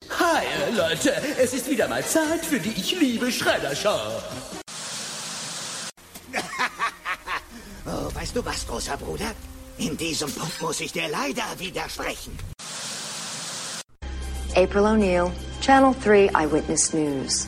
Hi, Leute, es ist wieder mal Zeit für die Ich liebe Schredder-Show. Oh, weißt du was, großer Bruder? In diesem Punkt muss ich dir leider widersprechen. April O'Neil, Channel 3 Eyewitness News.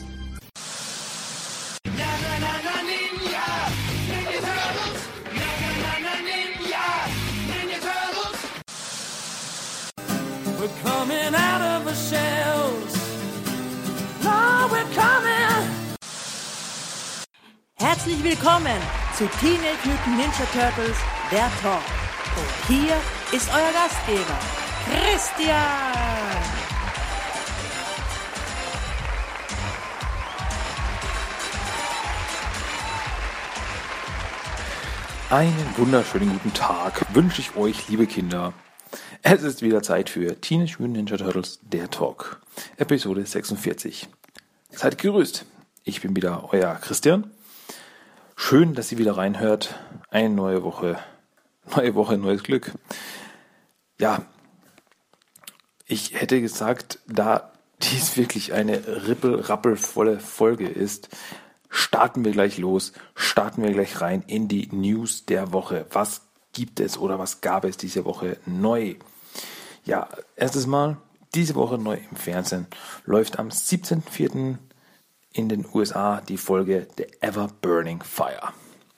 We're coming out of the shells. No, we're coming. Herzlich willkommen zu Teenage Mutant Ninja Turtles, der Talk. Und hier ist euer Gastgeber, Christian. Einen wunderschönen guten Tag wünsche ich euch, liebe Kinder. Es ist wieder Zeit für Teenage Mutant Ninja Turtles, der Talk, Episode 46. Seid gegrüßt, ich bin wieder euer Christian. Schön, dass ihr wieder reinhört. Eine neue Woche, neues Glück. Ja, ich hätte gesagt, da dies wirklich eine rappelvolle Folge ist, starten wir gleich rein in die News der Woche. Was gibt es oder was gab es diese Woche neu? Ja, erstes Mal, diese Woche neu im Fernsehen, läuft am 17.04. in den USA die Folge The Ever Burning Fire.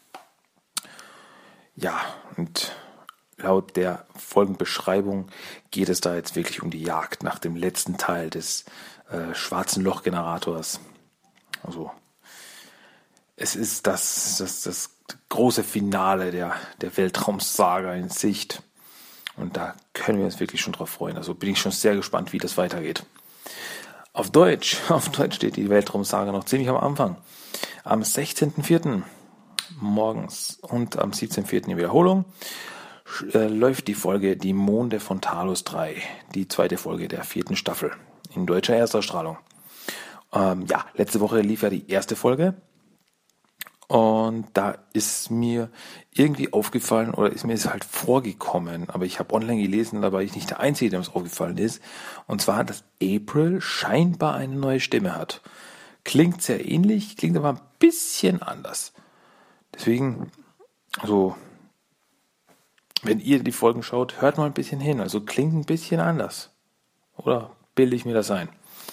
Ja, und laut der Folgenbeschreibung geht es da jetzt wirklich um die Jagd nach dem letzten Teil des schwarzen Loch-Generators. Also, es ist das große Finale der Weltraumsaga in Sicht. Und da können wir uns wirklich schon drauf freuen. Also bin ich schon sehr gespannt, wie das weitergeht. Auf Deutsch steht die Weltraumsaga noch ziemlich am Anfang. Am 16.04. morgens und am 17.04. in Wiederholung läuft die Folge Die Monde von Talos 3. Die zweite Folge der 4. Staffel in deutscher Erstausstrahlung. Letzte Woche lief ja die erste Folge. Und da ist mir irgendwie aufgefallen, oder ist mir es halt vorgekommen, aber ich habe online gelesen, da war ich nicht der Einzige, dem es aufgefallen ist, und zwar, dass April scheinbar eine neue Stimme hat. Klingt sehr ähnlich, klingt aber ein bisschen anders. Deswegen, also, wenn ihr die Folgen schaut, hört mal ein bisschen hin, also klingt ein bisschen anders. Oder bilde ich mir das ein?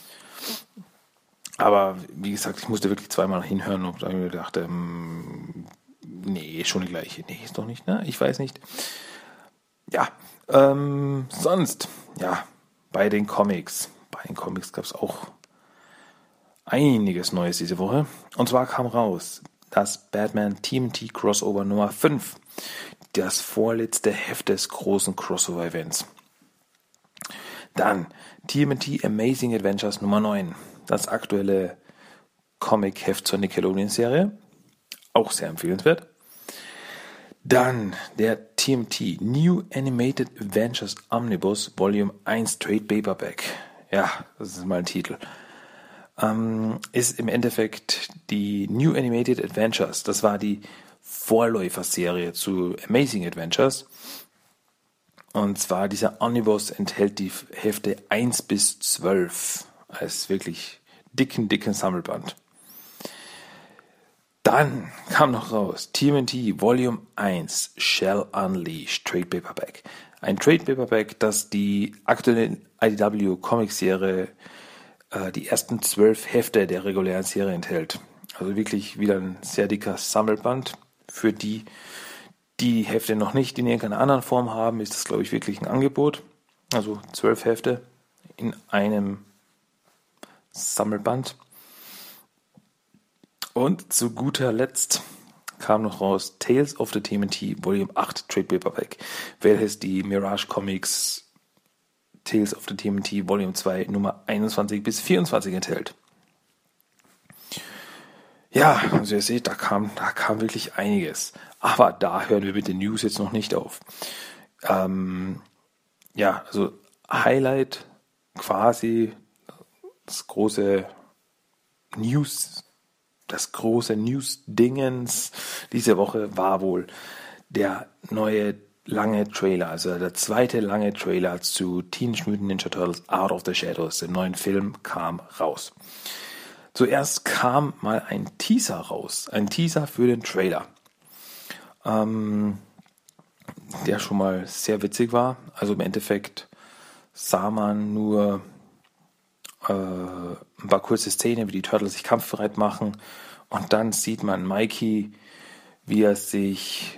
Aber wie gesagt, ich musste wirklich zweimal hinhören und habe mir gedacht, nee, schon die gleiche. Nee, ist doch nicht, ne? Ich weiß nicht. Ja, sonst, ja, bei den Comics gab es auch einiges Neues diese Woche. Und zwar kam raus das Batman TMNT Crossover Nummer 5, das vorletzte Heft des großen Crossover-Events. Dann TMNT Amazing Adventures Nummer 9. Das aktuelle Comic-Heft zur Nickelodeon-Serie. Auch sehr empfehlenswert. Dann der TMT New Animated Adventures Omnibus Volume 1 Trade Paperback. Ja, das ist mal ein Titel. Ist im Endeffekt die New Animated Adventures. Das war die Vorläuferserie zu Amazing Adventures. Und zwar dieser Omnibus enthält die Hefte 1 bis 12. Als wirklich dicken Sammelband. Dann kam noch raus TMNT Volume 1 Shell Unleashed Trade Paperback. Ein Trade Paperback, das die aktuelle IDW Comic-Serie die ersten 12 Hefte der regulären Serie enthält. Also wirklich wieder ein sehr dicker Sammelband. Für die Hefte noch nicht in irgendeiner anderen Form haben, ist das, glaube ich, wirklich ein Angebot. Also 12 Hefte in einem Sammelband. Und zu guter Letzt kam noch raus Tales of the TMNT Volume 8 Trade Paperback, welches die Mirage Comics Tales of the TMNT Volume 2 Nummer 21 bis 24 enthält. Ja, also ihr seht, da kam wirklich einiges. Aber da hören wir mit den News jetzt noch nicht auf. Also Highlight quasi das große News-Dingens diese Woche war wohl der neue lange Trailer, also der zweite lange Trailer zu Teenage Mutant Ninja Turtles Out of the Shadows, dem neuen Film, kam raus. Zuerst kam mal ein Teaser raus, ein Teaser für den Trailer, der schon mal sehr witzig war. Also im Endeffekt sah man nur ein paar kurze Szenen, wie die Turtles sich kampfbereit machen, und dann sieht man Mikey, wie er sich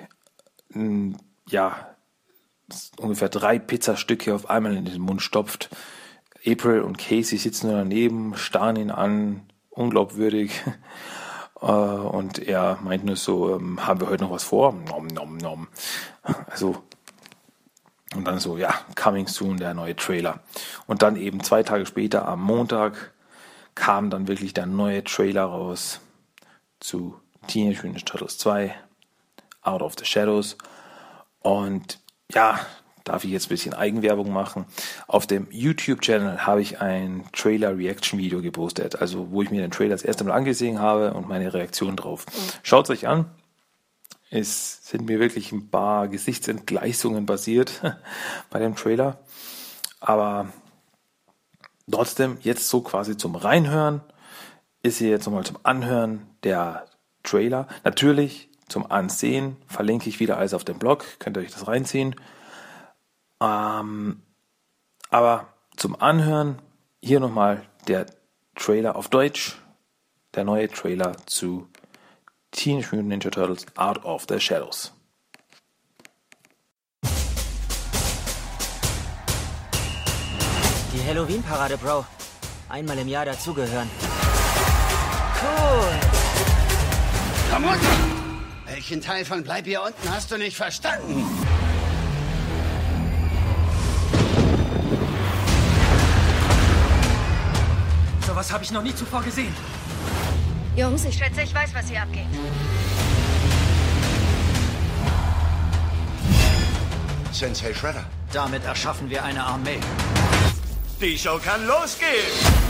ungefähr 3 Pizzastücke auf einmal in den Mund stopft. April und Casey sitzen nur daneben, starren ihn an, unglaubwürdig. Und er meint nur so, haben wir heute noch was vor? Nom, nom, nom. Also, und dann so, ja, coming soon, der neue Trailer. Und dann eben 2 Tage später, am Montag, kam dann wirklich der neue Trailer raus zu Teenage Mutant Ninja Turtles 2, Out of the Shadows. Und ja, darf ich jetzt ein bisschen Eigenwerbung machen. Auf dem YouTube-Channel habe ich ein Trailer-Reaction-Video gepostet, also wo ich mir den Trailer das erste Mal angesehen habe und meine Reaktion drauf. Schaut es euch an. Es sind mir wirklich ein paar Gesichtsentgleisungen passiert bei dem Trailer. Aber trotzdem, jetzt so quasi zum Reinhören, ist hier jetzt nochmal zum Anhören der Trailer. Natürlich zum Ansehen verlinke ich wieder alles auf dem Blog, könnt ihr euch das reinziehen. Aber zum Anhören hier nochmal der Trailer auf Deutsch, der neue Trailer zu Teenage Mutant Ninja Turtles Out of the Shadows. Die Halloween-Parade, Bro. Einmal im Jahr dazugehören. Cool. Komm runter! Welchen Teil von Bleib hier unten hast du nicht verstanden? Sowas habe ich noch nie zuvor gesehen. Jungs, ich schätze, ich weiß, was hier abgeht. Sensei Shredder. Damit erschaffen wir eine Armee. Die Show kann losgehen!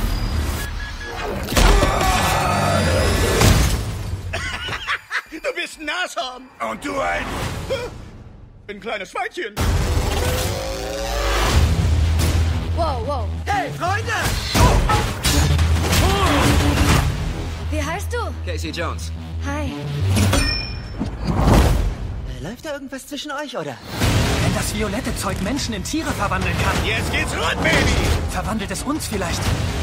Du bist ein Nashorn! Und du ein kleines Schweinchen! Wow, wow. Hey, Freunde! Wie heißt du? Casey Jones. Hi. Läuft da irgendwas zwischen euch, oder? Wenn das violette Zeug Menschen in Tiere verwandeln kann, Jetzt geht's rund, Baby! verwandelt es uns vielleicht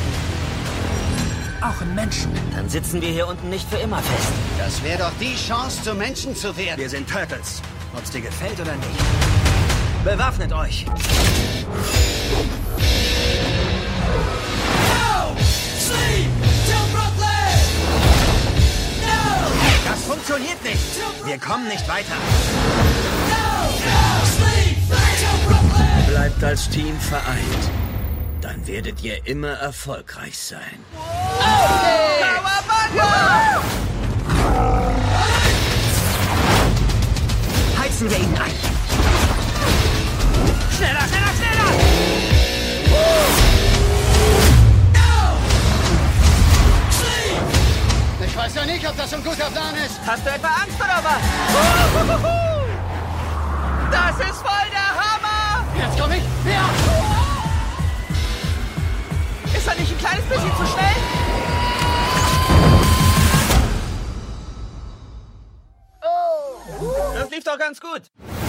auch in Menschen. Dann sitzen wir hier unten nicht für immer fest. Das wäre doch die Chance, zu Menschen zu werden. Wir sind Turtles, ob's dir gefällt oder nicht. Bewaffnet euch. Das funktioniert nicht. Wir kommen nicht weiter. Bleibt als Team vereint. Dann werdet ihr immer erfolgreich sein. Heizen wir ihn ein. Schneller, schneller, schneller! Ich weiß ja nicht, ob das ein guter Plan ist. Hast du etwa Angst oder was? Das ist voll der Hammer! Jetzt komm ich! Ja! Ist er nicht ein kleines bisschen zu schnell? Das lief doch ganz gut.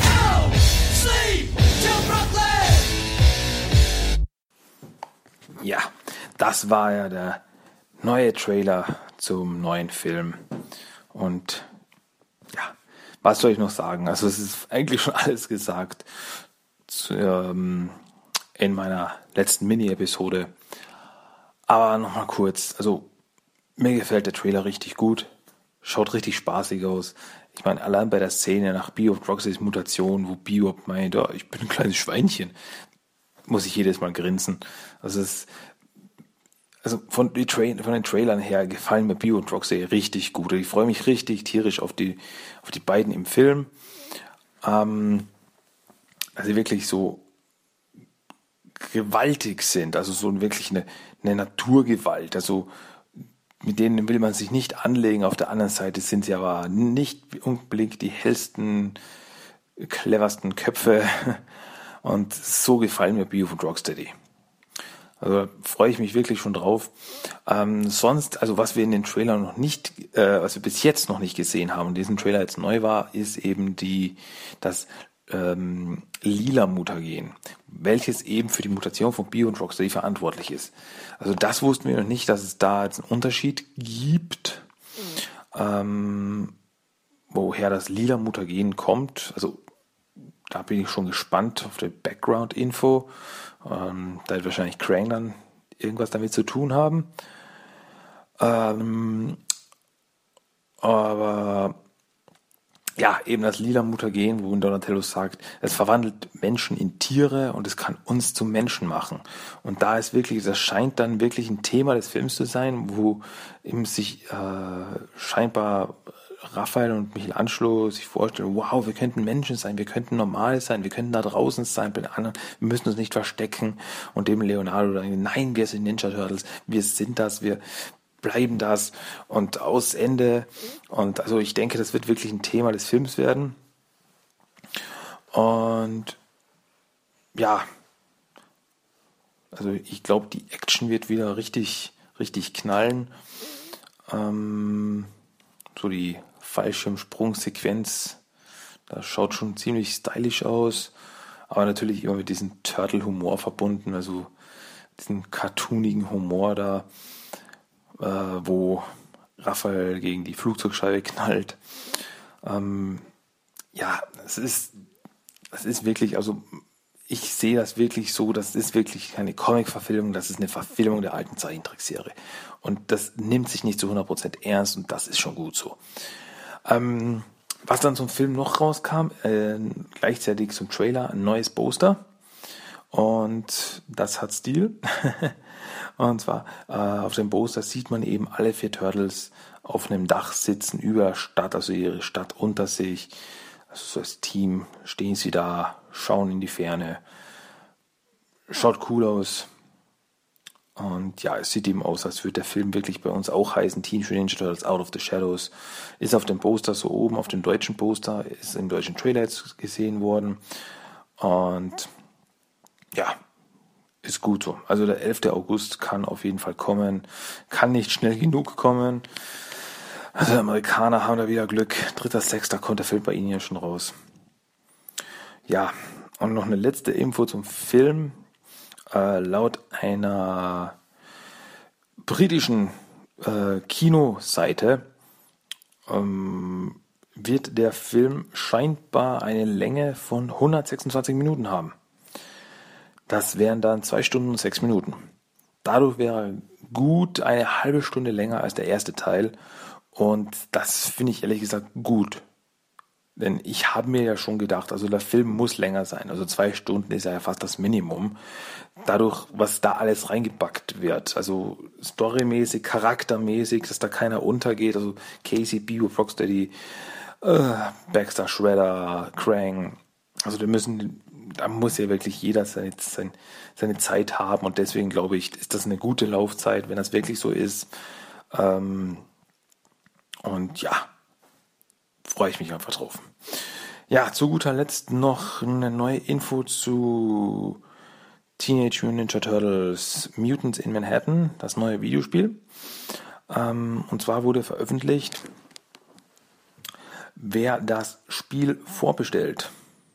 Ja, das war ja der neue Trailer zum neuen Film. Und ja, was soll ich noch sagen? Also es ist eigentlich schon alles gesagt in meiner letzten Mini-Episode. Aber nochmal kurz, also mir gefällt der Trailer richtig gut. Schaut richtig spaßig aus. Ich meine, allein bei der Szene nach Bebop Rocksteadys Mutation, wo Bebop meint, oh, ich bin ein kleines Schweinchen, muss ich jedes Mal grinsen. Also von den Trailern her gefallen mir Bebop Rocksteady richtig gut. Ich freue mich richtig tierisch auf die beiden im Film. Also wirklich so gewaltig sind, also so wirklich eine Naturgewalt, also mit denen will man sich nicht anlegen. Auf der anderen Seite sind sie aber nicht unbedingt die hellsten cleversten Köpfe und so gefallen mir Bio von Rocksteady. Also freue ich mich wirklich schon drauf. Sonst, also was wir in den Trailern noch nicht, was wir bis jetzt noch nicht gesehen haben und diesen Trailer jetzt neu war, ist eben das lila Mutagen, welches eben für die Mutation von Bio und Rocksteady verantwortlich ist. Also das wussten wir noch nicht, dass es da jetzt einen Unterschied gibt, woher das lila Mutagen kommt. Also da bin ich schon gespannt auf die Background-Info. Da wird wahrscheinlich Krang dann irgendwas damit zu tun haben. Aber ja, eben das lila Mutagen, wo Donatello sagt, es verwandelt Menschen in Tiere und es kann uns zu Menschen machen. Und da ist wirklich, das scheint dann wirklich ein Thema des Films zu sein, wo eben sich scheinbar Raphael und Michelangelo sich vorstellen, wow, wir könnten Menschen sein, wir könnten normal sein, wir könnten da draußen sein bei den anderen, wir müssen uns nicht verstecken. Und dem Leonardo dann, nein, wir sind Ninja Turtles, wir sind das, wir bleiben das und aus Ende. Und also ich denke, das wird wirklich ein Thema des Films werden. Und ja, also ich glaube, die Action wird wieder richtig knallen. So die Fallschirmsprungsequenz, das schaut schon ziemlich stylisch aus, aber natürlich immer mit diesem Turtle-Humor verbunden, also diesen cartoonigen Humor da, wo Raphael gegen die Flugzeugscheibe knallt. Ja, es ist wirklich, also ich sehe das wirklich so, das ist wirklich keine Comic-Verfilmung, das ist eine Verfilmung der alten Zeichentrickserie. Und das nimmt sich nicht zu 100% ernst und das ist schon gut so. Was dann zum Film noch rauskam, gleichzeitig zum Trailer, ein neues Poster. Und das hat Stil. Und zwar auf dem Poster sieht man eben alle 4 Turtles auf einem Dach sitzen über der Stadt, also ihre Stadt unter sich. Also so als Team stehen sie da, schauen in die Ferne. Schaut cool aus. Und ja, es sieht eben aus, als würde der Film wirklich bei uns auch heißen, Teenage Mutant Ninja Turtles Out of the Shadows. Ist auf dem Poster so oben, auf dem deutschen Poster, ist im deutschen Trailer jetzt gesehen worden. Und ja, ist gut so. Also der 11. August kann auf jeden Fall kommen, kann nicht schnell genug kommen. Also die Amerikaner haben da wieder Glück. 3.6. kommt der Film bei ihnen ja schon raus. Ja, und noch eine letzte Info zum Film. Laut einer britischen Kinoseite wird der Film scheinbar eine Länge von 126 Minuten haben. Das wären dann 2 Stunden und 6 Minuten. Dadurch wäre er gut eine halbe Stunde länger als der erste Teil. Und das finde ich ehrlich gesagt gut. Denn ich habe mir ja schon gedacht, also der Film muss länger sein. Also 2 Stunden ist ja fast das Minimum. Dadurch, was da alles reingepackt wird. Also storymäßig, charaktermäßig, dass da keiner untergeht. Also Casey, Bio, Rocksteady, Baxter, Shredder, Krang. Also da muss ja wirklich jeder seine Zeit haben. Und deswegen glaube ich, ist das eine gute Laufzeit, wenn das wirklich so ist. Und ja, freue ich mich einfach drauf. Ja, zu guter Letzt noch eine neue Info zu Teenage Mutant Ninja Turtles Mutants in Manhattan, das neue Videospiel. Und zwar wurde veröffentlicht, wer das Spiel vorbestellt,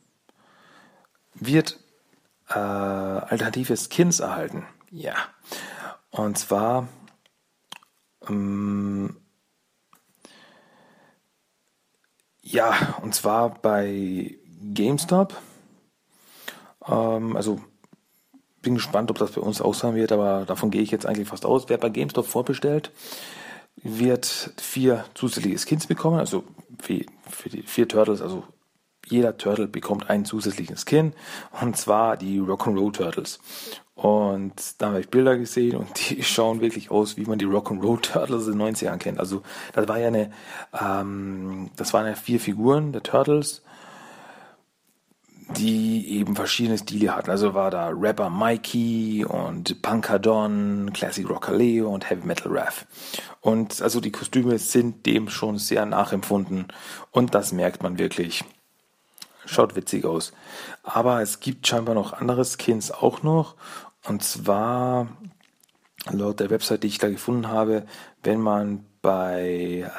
wird alternative Skins erhalten. Ja, und zwar bei GameStop. Also bin gespannt, ob das bei uns auch sein wird, aber davon gehe ich jetzt eigentlich fast aus. Wer bei GameStop vorbestellt, wird 4 zusätzliche Skins bekommen, also für die 4 Turtles, also jeder Turtle bekommt einen zusätzlichen Skin, und zwar die Rock'n'Roll Turtles. Und da habe ich Bilder gesehen und die schauen wirklich aus, wie man die Rock'n'Roll Turtles in den 90ern kennt. Also das waren ja 4 Figuren der Turtles, die eben verschiedene Stile hatten. Also war da Rapper Mikey und Punker Don, Classic Rocker Leo und Heavy Metal Raph. Und also die Kostüme sind dem schon sehr nachempfunden und das merkt man wirklich. schaut witzig aus. Aber es gibt scheinbar noch andere Skins auch noch. Und zwar, laut der Website, die ich da gefunden habe, wenn man bei,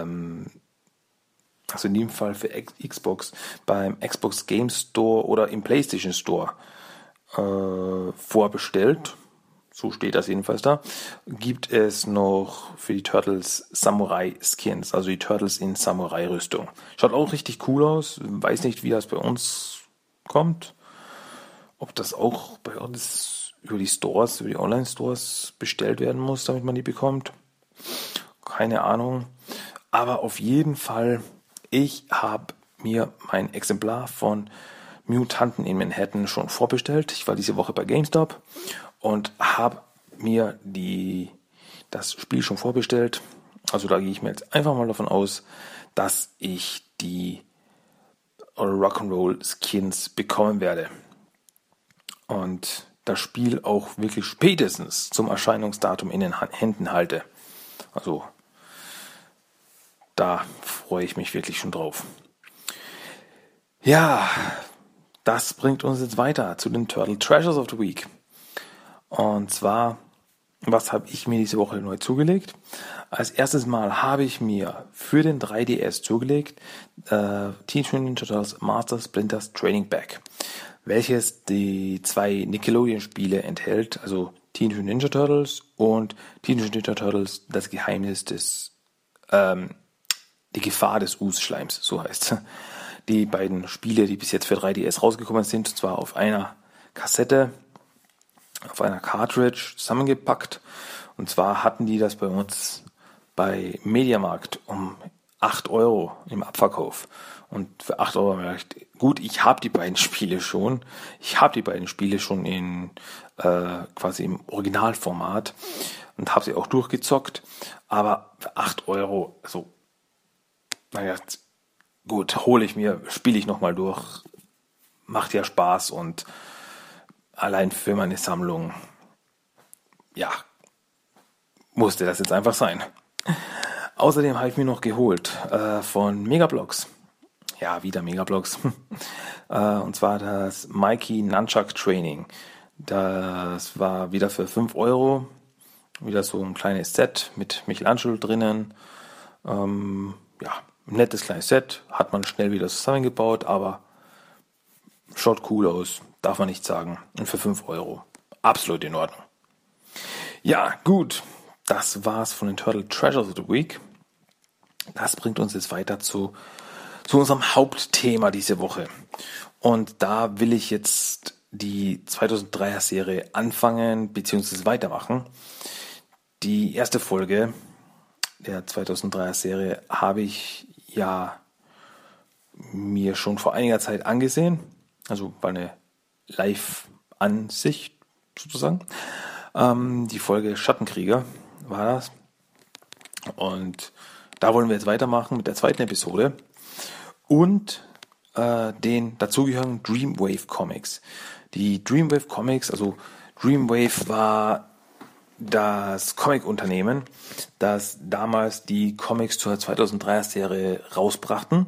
also in dem Fall für Xbox, beim Xbox Game Store oder im PlayStation Store vorbestellt, so steht das jedenfalls da, gibt es noch für die Turtles Samurai Skins, also die Turtles in Samurai-Rüstung. Schaut auch richtig cool aus, weiß nicht, wie das bei uns kommt, ob das auch bei uns über die Stores, über die Online-Stores bestellt werden muss, damit man die bekommt. Keine Ahnung, aber auf jeden Fall, ich habe mir mein Exemplar von Mutanten in Manhattan schon vorbestellt. Ich war diese Woche bei GameStop und habe mir das Spiel schon vorbestellt. Also da gehe ich mir jetzt einfach mal davon aus, dass ich die Rock'n'Roll Skins bekommen werde. Und das Spiel auch wirklich spätestens zum Erscheinungsdatum in den Händen halte. Also da freue ich mich wirklich schon drauf. Ja, das bringt uns jetzt weiter zu den Turtle Treasures of the Week. Und zwar, was habe ich mir diese Woche neu zugelegt? Als erstes Mal habe ich mir für den 3DS zugelegt Teenage Mutant Ninja Turtles Master Splinters Training Pack, welches die 2 Nickelodeon-Spiele enthält, also Teenage Mutant Ninja Turtles und Teenage Mutant Ninja Turtles das Geheimnis die Gefahr des Us-Schleims, so heißt es. Die beiden Spiele, die bis jetzt für 3DS rausgekommen sind, und zwar auf einer Kassette, auf einer Cartridge zusammengepackt. Und zwar hatten die das bei uns bei Mediamarkt um 8 Euro im Abverkauf. Und für 8 Euro habe ich gedacht, gut, ich habe die beiden Spiele schon. Ich habe die beiden Spiele schon in quasi im Originalformat und habe sie auch durchgezockt. Aber für 8 Euro, also, naja, gut, spiele ich nochmal durch. Macht ja Spaß und allein für meine Sammlung, ja, musste das jetzt einfach sein. Außerdem habe ich mir noch geholt von Megablox. Ja, wieder Megablox. Und zwar das Mikey Nunchuck Training. Das war wieder für 5 Euro. Wieder so ein kleines Set mit Michelangelo drinnen. Ja, ein nettes kleines Set, hat man schnell wieder zusammengebaut, aber schaut cool aus, darf man nicht sagen. Und für 5 Euro, absolut in Ordnung. Ja, gut, das war's von den Turtle Treasures of the Week. Das bringt uns jetzt weiter zu unserem Hauptthema diese Woche. Und da will ich jetzt die 2003er Serie anfangen bzw. weitermachen. Die erste Folge der 2003er Serie habe ich ja mir schon vor einiger Zeit angesehen. Also war eine Live-Ansicht sozusagen. Die Folge Schattenkrieger war das. Und da wollen wir jetzt weitermachen mit der zweiten Episode. Und den dazugehörigen Dreamwave Comics. Die Dreamwave Comics, also Dreamwave war das Comic-Unternehmen, das damals die Comics zur 2003er Serie rausbrachten.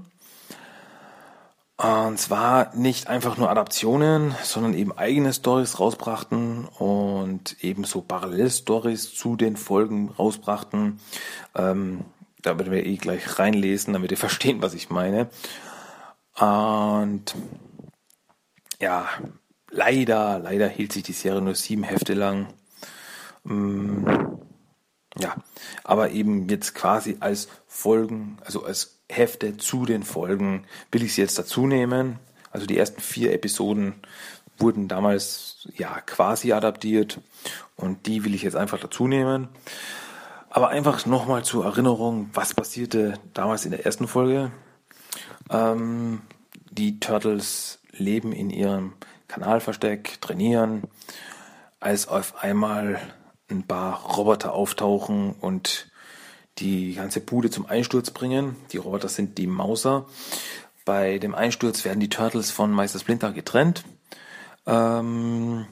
Und zwar nicht einfach nur Adaptionen, sondern eben eigene Storys rausbrachten und ebenso Parallelstories zu den Folgen rausbrachten. Da werden wir gleich reinlesen, damit ihr versteht, was ich meine. Und ja, leider hielt sich die Serie nur 7 Hefte lang. Ja, aber eben jetzt quasi als Folgen, also als Hefte zu den Folgen will ich sie jetzt dazu nehmen. Also die ersten 4 Episoden wurden damals ja quasi adaptiert und die will ich jetzt einfach dazu nehmen. Aber einfach nochmal zur Erinnerung, was passierte damals in der ersten Folge. Die Turtles leben in ihrem Kanalversteck, trainieren, als auf einmal ein paar Roboter auftauchen und die ganze Bude zum Einsturz bringen. Die Roboter sind die Mauser. Bei dem Einsturz werden die Turtles von Meister Splinter getrennt. Um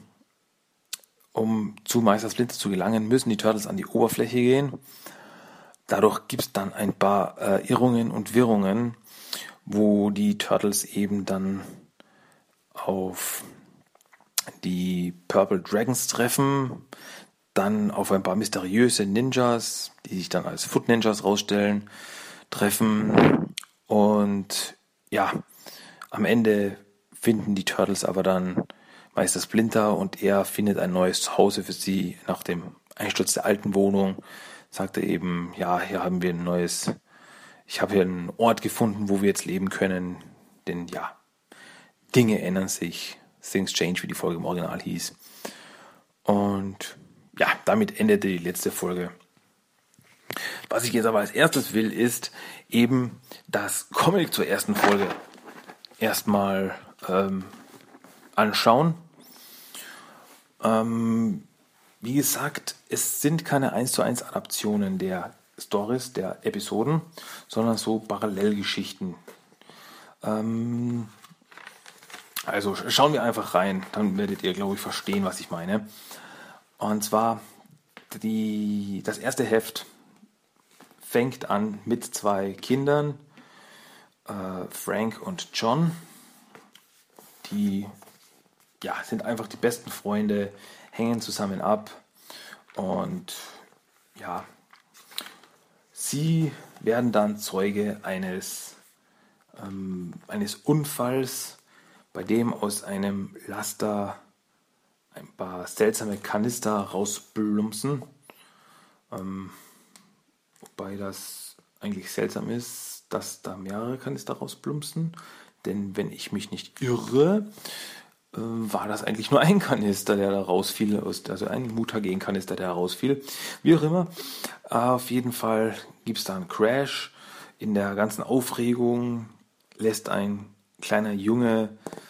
zu Meister Splinter zu gelangen, müssen die Turtles an die Oberfläche gehen. Dadurch gibt es dann ein paar Irrungen und Wirrungen, wo die Turtles eben dann auf die Purple Dragons treffen, dann auf ein paar mysteriöse Ninjas, die sich dann als Foot Ninjas rausstellen, treffen und ja, am Ende finden die Turtles aber dann Meister Splinter und er findet ein neues Zuhause für sie nach dem Einsturz der alten Wohnung. Sagt er eben, ja, hier haben wir ich habe hier einen Ort gefunden, wo wir jetzt leben können, denn ja, Dinge ändern sich, things change, wie die Folge im Original hieß. Und ja, damit endete die letzte Folge. Was ich jetzt aber als erstes will, ist eben das Comic zur ersten Folge erstmal anschauen. Wie gesagt, es sind keine 1:1 Adaptionen der Stories, der Episoden, sondern so Parallelgeschichten. Also schauen wir einfach rein, dann werdet ihr, glaube ich, verstehen, was ich meine. Und zwar, das erste Heft fängt an mit 2 Kindern, Frank und John. Die sind einfach die besten Freunde, hängen zusammen ab und ja, sie werden dann Zeuge eines Unfalls, bei dem aus einem Laster ein paar seltsame Kanister rausplumpsen. Wobei das eigentlich seltsam ist, dass da mehrere Kanister rausplumpsen. Denn wenn ich mich nicht irre, war das eigentlich nur ein Kanister, der da rausfiel, also ein Mutagen-Kanister, der da rausfiel. Wie auch immer, auf jeden Fall gibt es da einen Crash. In der ganzen Aufregung lässt ein kleiner Junge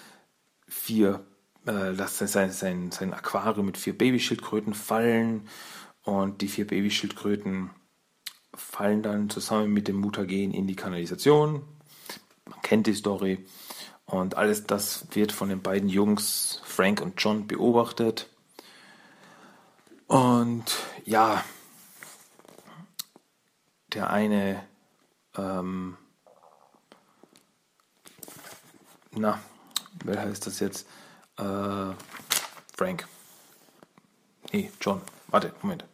sein Aquarium mit 4 Babyschildkröten fallen und die 4 Babyschildkröten fallen dann zusammen mit dem Mutagen in die Kanalisation. Man kennt die Story. Und alles das wird von den beiden Jungs, Frank und John, beobachtet. Und ja, der eine, wer heißt das jetzt? Frank. Nee, John. Warte, Moment.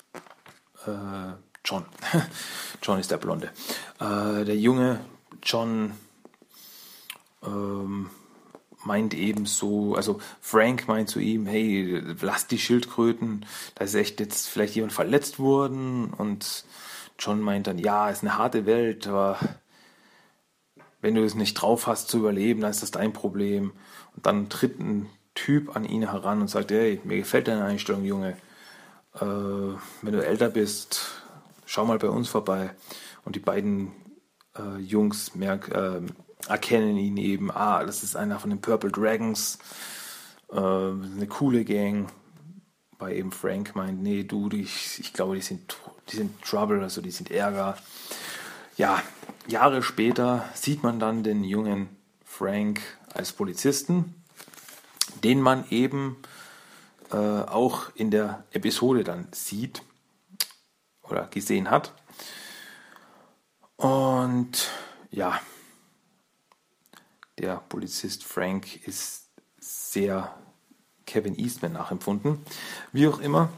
John. John ist der Blonde. Der junge John meint eben so, also Frank meint zu ihm, hey, lass die Schildkröten, da ist echt jetzt vielleicht jemand verletzt worden, und John meint dann, ja, ist eine harte Welt, aber wenn du es nicht drauf hast zu überleben, dann ist das dein Problem. Und dann tritt ein Typ an ihn heran und sagt, hey, mir gefällt deine Einstellung, Junge, wenn du älter bist, schau mal bei uns vorbei. Und die beiden Jungs erkennen ihn eben, das ist einer von den Purple Dragons, eine coole Gang. Bei eben Frank meint, nee, ich glaube, die sind Trouble, also die sind Ärger. Ja, Jahre später sieht man dann den jungen Frank als Polizisten, den man eben auch in der Episode dann sieht oder gesehen hat. Und ja, der Polizist Frank ist sehr Kevin Eastman nachempfunden. Wie auch immer,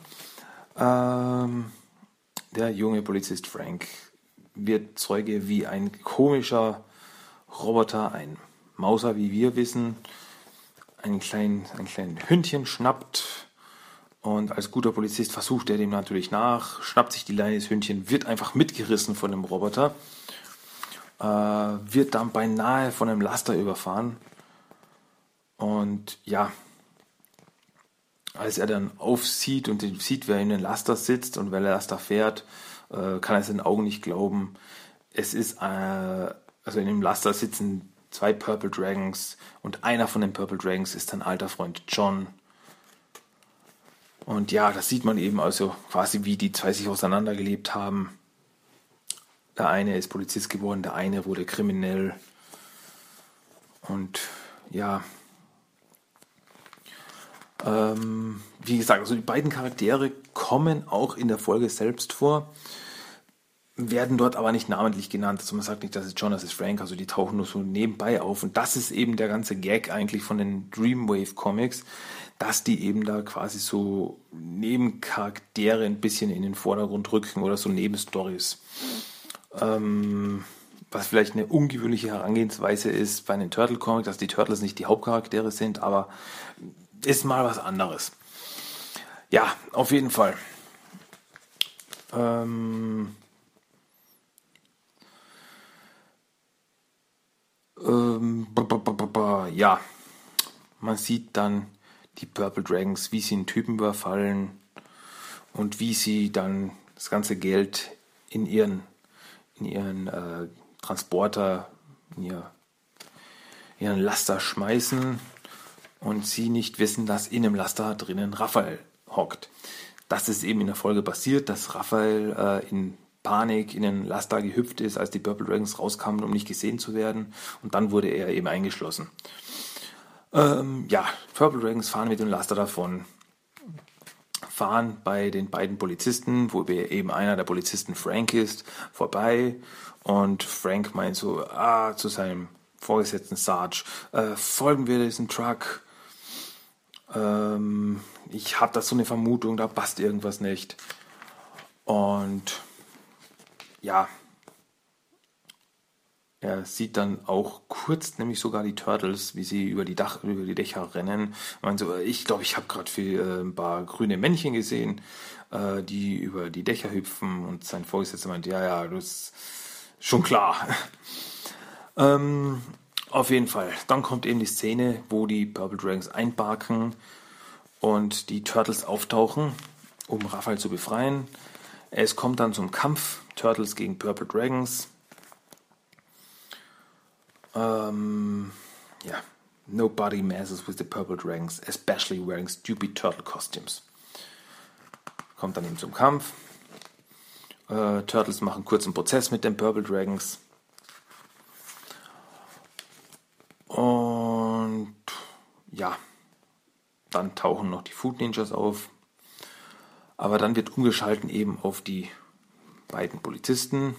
der junge Polizist Frank wird Zeuge, wie ein komischer Roboter, ein Mauser, wie wir wissen, ein kleines Hündchen schnappt, und als guter Polizist versucht er dem natürlich nach, schnappt sich die Leine des Hündchen, wird einfach mitgerissen von dem Roboter, wird dann beinahe von einem Laster überfahren, und ja, als er dann aufsieht und sieht, wer in den Laster sitzt und wer der Laster fährt, kann er seinen Augen nicht glauben. Es ist, also in dem Laster sitzen 2 Purple Dragons, und einer von den Purple Dragons ist sein alter Freund John. Und ja, das sieht man eben also quasi, wie die 2 sich auseinandergelebt haben. Der eine ist Polizist geworden, der eine wurde kriminell. Und ja, wie gesagt, also die beiden Charaktere kommen auch in der Folge selbst vor. werden dort aber nicht namentlich genannt. Also man sagt nicht, das ist John, das ist Frank, also die tauchen nur so nebenbei auf. Und das ist eben der ganze Gag eigentlich von den Dreamwave Comics, dass die eben da quasi so Nebencharaktere ein bisschen in den Vordergrund rücken oder so Nebenstories. Was vielleicht eine ungewöhnliche Herangehensweise ist bei den Turtle Comics, dass die Turtles nicht die Hauptcharaktere sind, aber ist mal was anderes. Ja, auf jeden Fall. Ja, man sieht dann die Purple Dragons, wie sie einen Typen überfallen und wie sie dann das ganze Geld in ihren Transporter, in ihren Laster schmeißen und sie nicht wissen, dass in dem Laster drinnen Raphael hockt. Das ist eben in der Folge passiert, dass Raphael in Panik in den Laster gehüpft ist, als die Purple Dragons rauskamen, um nicht gesehen zu werden. Und dann wurde er eben eingeschlossen. Purple Dragons fahren mit dem Laster davon. Fahren bei den beiden Polizisten, wo eben einer der Polizisten Frank ist, vorbei. Und Frank meint so zu seinem Vorgesetzten Sarge, folgen wir diesem Truck. Ich habe da so eine Vermutung, da passt irgendwas nicht. Und ja, er sieht dann auch kurz, nämlich sogar die Turtles, wie sie über die Dächer rennen. Und so, ich glaube, ich habe gerade ein paar grüne Männchen gesehen, die über die Dächer hüpfen. Und sein Vorgesetzter meint, ja, das ist schon klar. Auf jeden Fall. Dann kommt eben die Szene, wo die Purple Dragons einparken und die Turtles auftauchen, um Raphael zu befreien. Es kommt dann zum Kampf, Turtles gegen Purple Dragons. Nobody messes with the Purple Dragons, especially wearing stupid turtle costumes. Kommt dann eben zum Kampf. Turtles machen kurz einen Prozess mit den Purple Dragons. Und ja, dann tauchen noch die Food Ninjas auf. Aber dann wird umgeschalten eben auf die beiden Polizisten,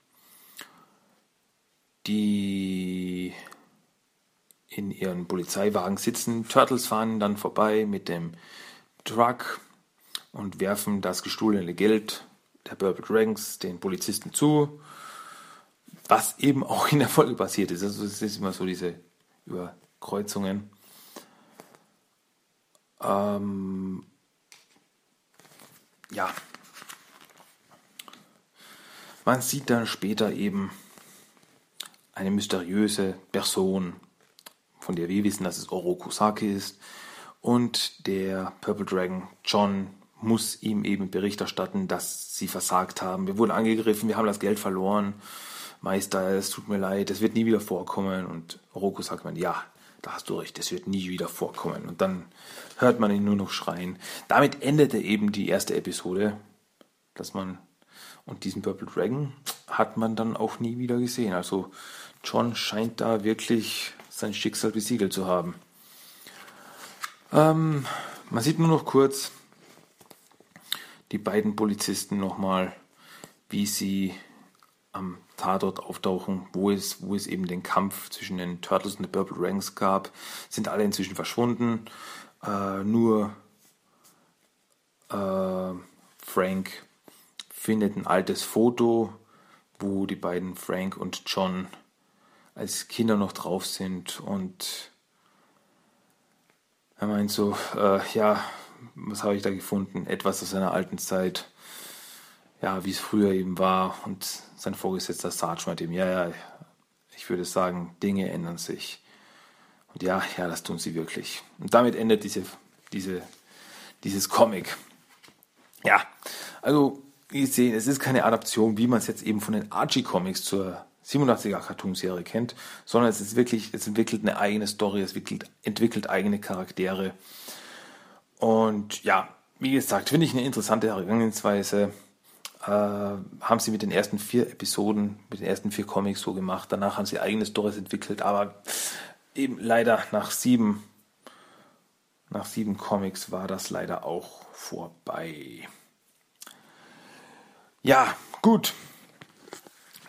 die in ihren Polizeiwagen sitzen. Turtles fahren dann vorbei mit dem Truck und werfen das gestohlene Geld der Purple Dragons den Polizisten zu, was eben auch in der Folge passiert ist. Also es ist immer so diese Überkreuzungen. Man sieht dann später eben eine mysteriöse Person, von der wir wissen, dass es Oroku Saki ist. Und der Purple Dragon John muss ihm eben Bericht erstatten, dass sie versagt haben. Wir wurden angegriffen, wir haben das Geld verloren. Meister, es tut mir leid, es wird nie wieder vorkommen. Und Oroku sagt man, ja, da hast du recht, es wird nie wieder vorkommen. Und dann hört man ihn nur noch schreien. Damit endete eben die erste Episode, und diesen Purple Dragon hat man dann auch nie wieder gesehen. Also John scheint da wirklich sein Schicksal besiegelt zu haben. Man sieht nur noch kurz die beiden Polizisten nochmal, wie sie am Tatort auftauchen, wo es eben den Kampf zwischen den Turtles und den Purple Dragons gab. Sind alle inzwischen verschwunden. Nur Frank findet ein altes Foto, wo die beiden Frank und John als Kinder noch drauf sind, und er meint so, was habe ich da gefunden? Etwas aus seiner alten Zeit, ja, wie es früher eben war. Und sein Vorgesetzter Sarge meint ihm, ich würde sagen, Dinge ändern sich. Und ja, das tun sie wirklich. Und damit endet dieses Comic. Ja, also wie ihr seht, es ist keine Adaption, wie man es jetzt eben von den Archie-Comics zur 87er Cartoon-Serie kennt, sondern es entwickelt eine eigene Story, es entwickelt eigene Charaktere. Und ja, wie gesagt, finde ich eine interessante Herangehensweise. Haben sie mit den ersten 4 Episoden, mit den ersten 4 Comics so gemacht. Danach haben sie eigene Storys entwickelt, aber eben leider nach 7 Comics war das leider auch vorbei. Ja, gut.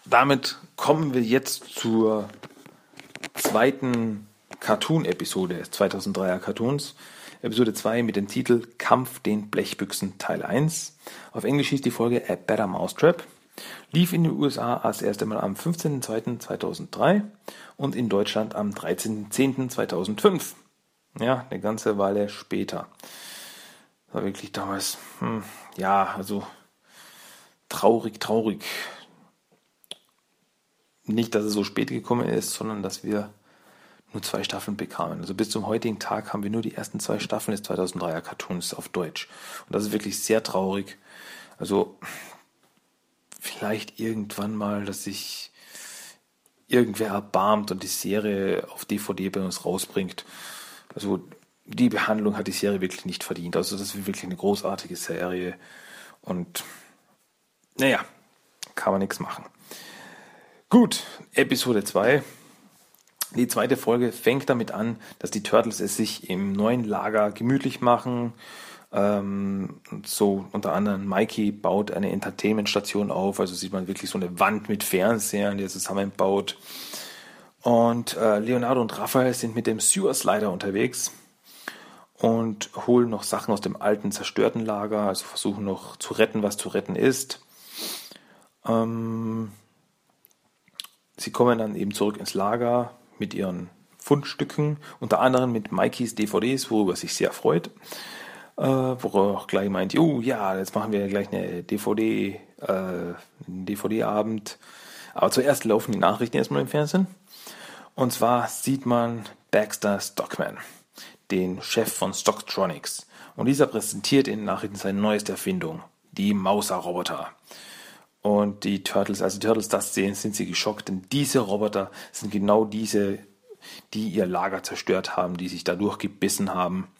damit kommen wir jetzt zur zweiten Cartoon-Episode des 2003er Cartoons. Episode 2 mit dem Titel Kampf den Blechbüchsen Teil 1. Auf Englisch hieß die Folge A Better Mousetrap. Lief in den USA als erste Mal am 15.02.2003 und in Deutschland am 13.10.2005. Ja, eine ganze Weile später. Das war wirklich damals, also traurig. Nicht, dass es so spät gekommen ist, sondern dass wir nur 2 Staffeln bekamen. Also bis zum heutigen Tag haben wir nur die ersten 2 Staffeln des 2003er Cartoons auf Deutsch. Und das ist wirklich sehr traurig. Also vielleicht irgendwann mal, dass sich irgendwer erbarmt und die Serie auf DVD bei uns rausbringt. Also die Behandlung hat die Serie wirklich nicht verdient. Also das ist wirklich eine großartige Serie. Und kann man nichts machen. Gut, Episode 2. Die zweite Folge fängt damit an, dass die Turtles es sich im neuen Lager gemütlich machen. So unter anderem Mikey baut eine Entertainment-Station auf. Also sieht man wirklich so eine Wand mit Fernsehern, die er zusammenbaut. Und Leonardo und Raphael sind mit dem Sewer Slider unterwegs und holen noch Sachen aus dem alten zerstörten Lager. Also versuchen noch zu retten, was zu retten ist. Sie kommen dann eben zurück ins Lager mit ihren Fundstücken, unter anderem mit Mikeys DVDs, worüber er sich sehr freut. Wo er auch gleich meint, jetzt machen wir gleich einen DVD-Abend. Aber zuerst laufen die Nachrichten erstmal im Fernsehen. Und zwar sieht man Baxter Stockman, den Chef von Stocktronics. Und dieser präsentiert in den Nachrichten seine neueste Erfindung, die Mauser-Roboter. Und die Turtles, als die Turtles das sehen, sind sie geschockt, denn diese Roboter sind genau diese, die ihr Lager zerstört haben, die sich dadurch gebissen haben.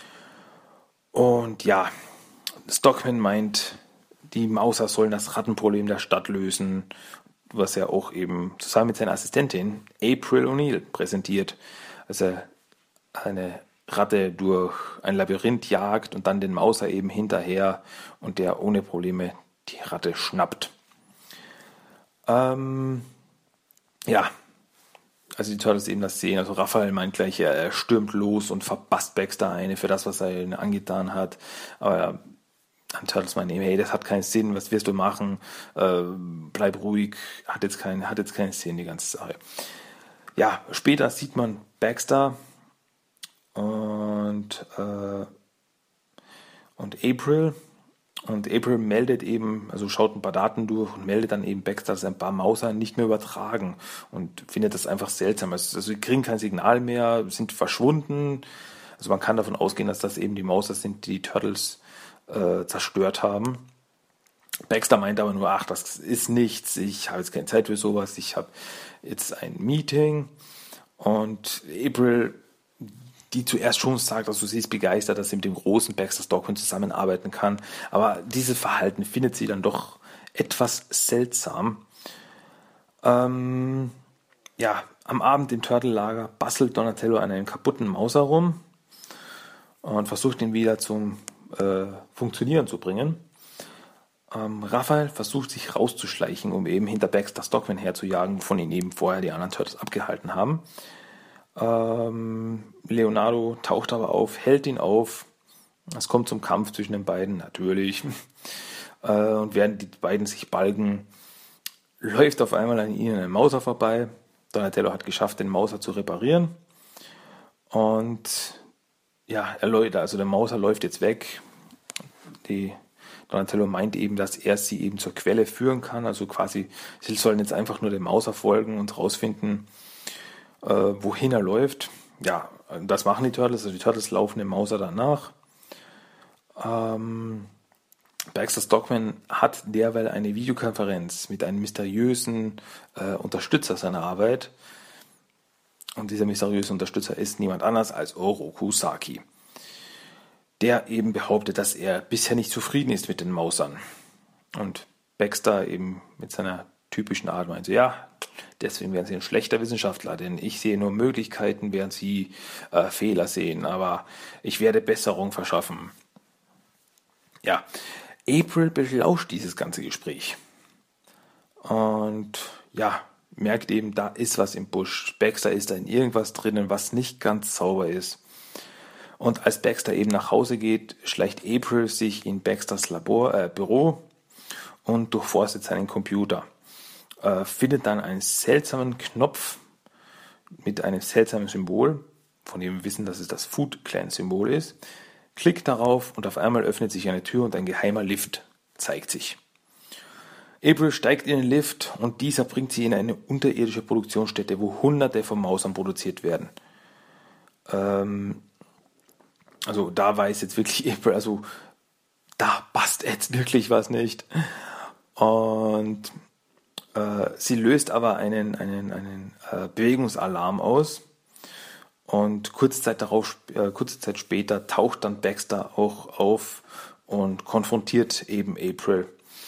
Und ja, Stockman meint, die Mauser sollen das Rattenproblem der Stadt lösen, was er auch eben zusammen mit seiner Assistentin April O'Neil präsentiert. Also eine Ratte durch ein Labyrinth jagt und dann den Mauser eben hinterher und der ohne Probleme die Ratte schnappt. Also die Turtles eben das sehen. Also Raphael meint gleich, er stürmt los und verbasst Baxter eine für das, was er ihnen angetan hat. Aber die Turtles meinen eben, hey, das hat keinen Sinn, was wirst du machen? Bleib ruhig, hat jetzt keinen Sinn, die ganze Sache. Ja, später sieht man Baxter und April. Und April meldet eben, also schaut ein paar Daten durch und meldet dann eben Baxter, dass ein paar Mauser nicht mehr übertragen und findet das einfach seltsam. Also sie kriegen kein Signal mehr, sind verschwunden. Also man kann davon ausgehen, dass das eben die Mauser sind, die Turtles zerstört haben. Baxter meint aber nur, das ist nichts, ich habe jetzt keine Zeit für sowas, ich habe jetzt ein Meeting. Und April, die zuerst schon sagt, also sie ist begeistert, dass sie mit dem großen Baxter Stockman zusammenarbeiten kann. Aber dieses Verhalten findet sie dann doch etwas seltsam. Am Abend im Turtle-Lager bastelt Donatello an einem kaputten Mauser rum und versucht ihn wieder zum Funktionieren zu bringen. Raphael versucht sich rauszuschleichen, um eben hinter Baxter Stockman herzujagen, wovon ihn eben vorher die anderen Turtles abgehalten haben. Leonardo taucht aber auf, hält ihn auf. Es kommt zum Kampf zwischen den beiden, natürlich. Und während die beiden sich balgen, läuft auf einmal an ihnen ein Mauser vorbei. Donatello hat geschafft, den Mauser zu reparieren. Und ja, der Mauser läuft jetzt weg. Donatello meint eben, dass er sie eben zur Quelle führen kann. Also quasi, sie sollen jetzt einfach nur dem Mauser folgen und rausfinden, wohin er läuft. Ja, das machen die Turtles. Also die Turtles laufen dem Mauser danach. Baxter Stockman hat derweil eine Videokonferenz mit einem mysteriösen Unterstützer seiner Arbeit. Und dieser mysteriöse Unterstützer ist niemand anders als Oroku Saki, der eben behauptet, dass er bisher nicht zufrieden ist mit den Mausern. Und Baxter eben mit seiner typischen Art meint, deswegen werden Sie ein schlechter Wissenschaftler, denn ich sehe nur Möglichkeiten, während Sie Fehler sehen, aber ich werde Besserung verschaffen. Ja, April belauscht dieses ganze Gespräch. Und merkt eben, da ist was im Busch. Baxter ist da in irgendwas drinnen, was nicht ganz sauber ist. Und als Baxter eben nach Hause geht, schleicht April sich in Baxters Büro und durchforstet seinen Computer. Findet dann einen seltsamen Knopf mit einem seltsamen Symbol, von dem wir wissen, dass es das Foot Clan-Symbol ist. Klickt darauf und auf einmal öffnet sich eine Tür und ein geheimer Lift zeigt sich. April steigt in den Lift und dieser bringt sie in eine unterirdische Produktionsstätte, wo Hunderte von Mausern produziert werden. Also da weiß jetzt wirklich April, also da passt jetzt wirklich was nicht. Und sie löst aber einen Bewegungsalarm aus. Und kurze Zeit später taucht dann Baxter auch auf und konfrontiert eben April.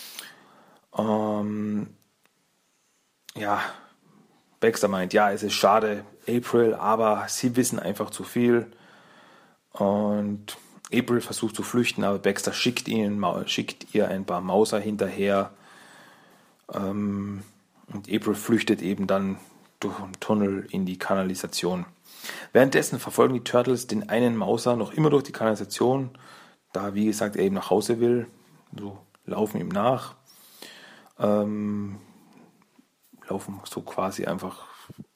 Baxter meint, es ist schade, April, aber sie wissen einfach zu viel. Und April versucht zu flüchten, aber Baxter schickt ihr ein paar Mauser hinterher. Und April flüchtet eben dann durch einen Tunnel in die Kanalisation. Währenddessen verfolgen die Turtles den einen Mauser noch immer durch die Kanalisation, da, wie gesagt, er eben nach Hause will. So laufen ihm nach. Laufen so quasi einfach,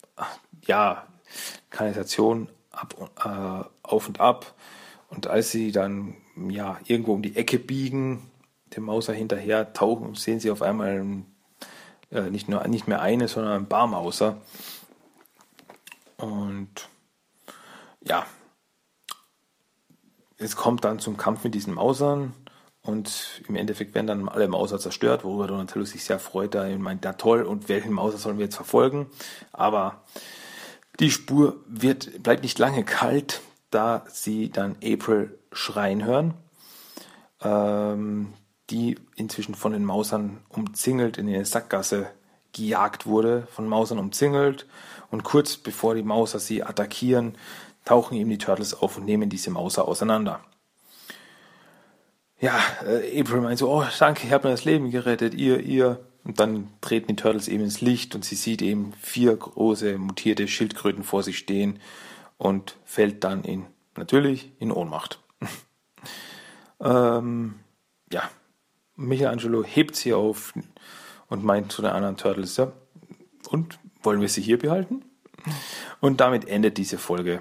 Kanalisation auf und ab. Und als sie dann irgendwo um die Ecke biegen, dem Mauser hinterher tauchen, sehen sie auf einmal nicht mehr eine, sondern ein paar Mauser. Und es kommt dann zum Kampf mit diesen Mausern und im Endeffekt werden dann alle Mauser zerstört, worüber Donatello sich sehr freut. Er meint, toll, und welchen Mauser sollen wir jetzt verfolgen? Aber die Spur bleibt nicht lange kalt, da sie dann April schreien hören, die inzwischen von den Mausern umzingelt, in eine Sackgasse gejagt wurde, von Mausern umzingelt, und kurz bevor die Mauser sie attackieren, tauchen eben die Turtles auf und nehmen diese Mauser auseinander. April meint so, danke, ihr habt mir das Leben gerettet, ihr. Und dann treten die Turtles eben ins Licht und sie sieht eben 4 große mutierte Schildkröten vor sich stehen und fällt dann natürlich in Ohnmacht. Michelangelo hebt sie auf und meint zu den anderen Turtles, und wollen wir sie hier behalten? Und damit endet diese Folge,